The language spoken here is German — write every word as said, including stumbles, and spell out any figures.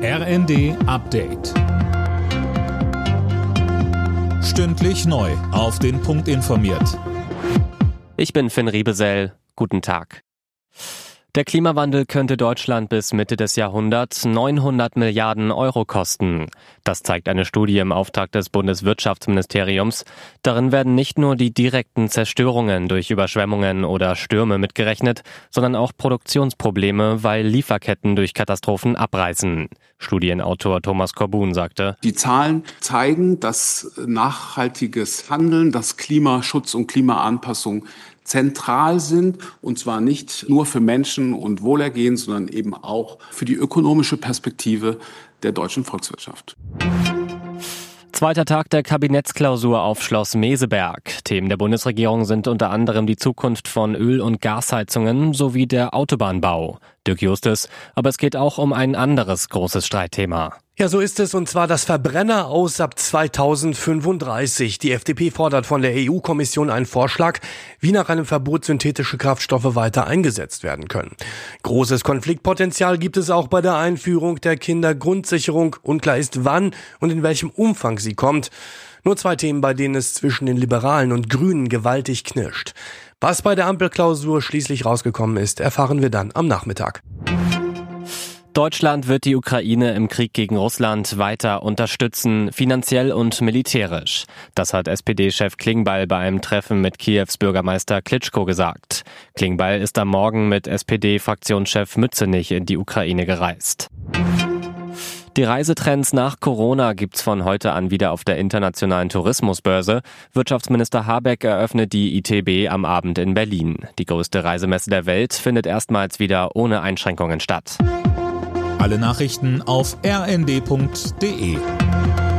R N D Update. Stündlich neu auf den Punkt informiert. Ich bin Finn Riebesell. Guten Tag. Der Klimawandel könnte Deutschland bis Mitte des Jahrhunderts neunhundert Milliarden Euro kosten. Das zeigt eine Studie im Auftrag des Bundeswirtschaftsministeriums. Darin werden nicht nur die direkten Zerstörungen durch Überschwemmungen oder Stürme mitgerechnet, sondern auch Produktionsprobleme, weil Lieferketten durch Katastrophen abreißen. Studienautor Thomas Korbun sagte: Die Zahlen zeigen, dass nachhaltiges Handeln, dass Klimaschutz und Klimaanpassung zentral sind, und zwar nicht nur für Menschen und Wohlergehen, sondern eben auch für die ökonomische Perspektive der deutschen Volkswirtschaft. Zweiter Tag der Kabinettsklausur auf Schloss Meseberg. Themen der Bundesregierung sind unter anderem die Zukunft von Öl- und Gasheizungen sowie der Autobahnbau. Dirk Justus, aber es geht auch um ein anderes großes Streitthema. Ja, so ist es, und zwar das Verbrenner aus ab zweitausendfünfunddreißig. Die F D P fordert von der E U-Kommission einen Vorschlag, wie nach einem Verbot synthetische Kraftstoffe weiter eingesetzt werden können. Großes Konfliktpotenzial gibt es auch bei der Einführung der Kindergrundsicherung. Unklar ist, wann und in welchem Umfang sie kommt. Nur zwei Themen, bei denen es zwischen den Liberalen und Grünen gewaltig knirscht. Was bei der Ampelklausur schließlich rausgekommen ist, erfahren wir dann am Nachmittag. Deutschland wird die Ukraine im Krieg gegen Russland weiter unterstützen, finanziell und militärisch. Das hat S P D-Chef Klingbeil bei einem Treffen mit Kiews Bürgermeister Klitschko gesagt. Klingbeil ist am Morgen mit S P D-Fraktionschef Mützenich in die Ukraine gereist. Die Reisetrends nach Corona gibt's von heute an wieder auf der internationalen Tourismusbörse. Wirtschaftsminister Habeck eröffnet die I T B am Abend in Berlin. Die größte Reisemesse der Welt findet erstmals wieder ohne Einschränkungen statt. Alle Nachrichten auf r n d punkt d e.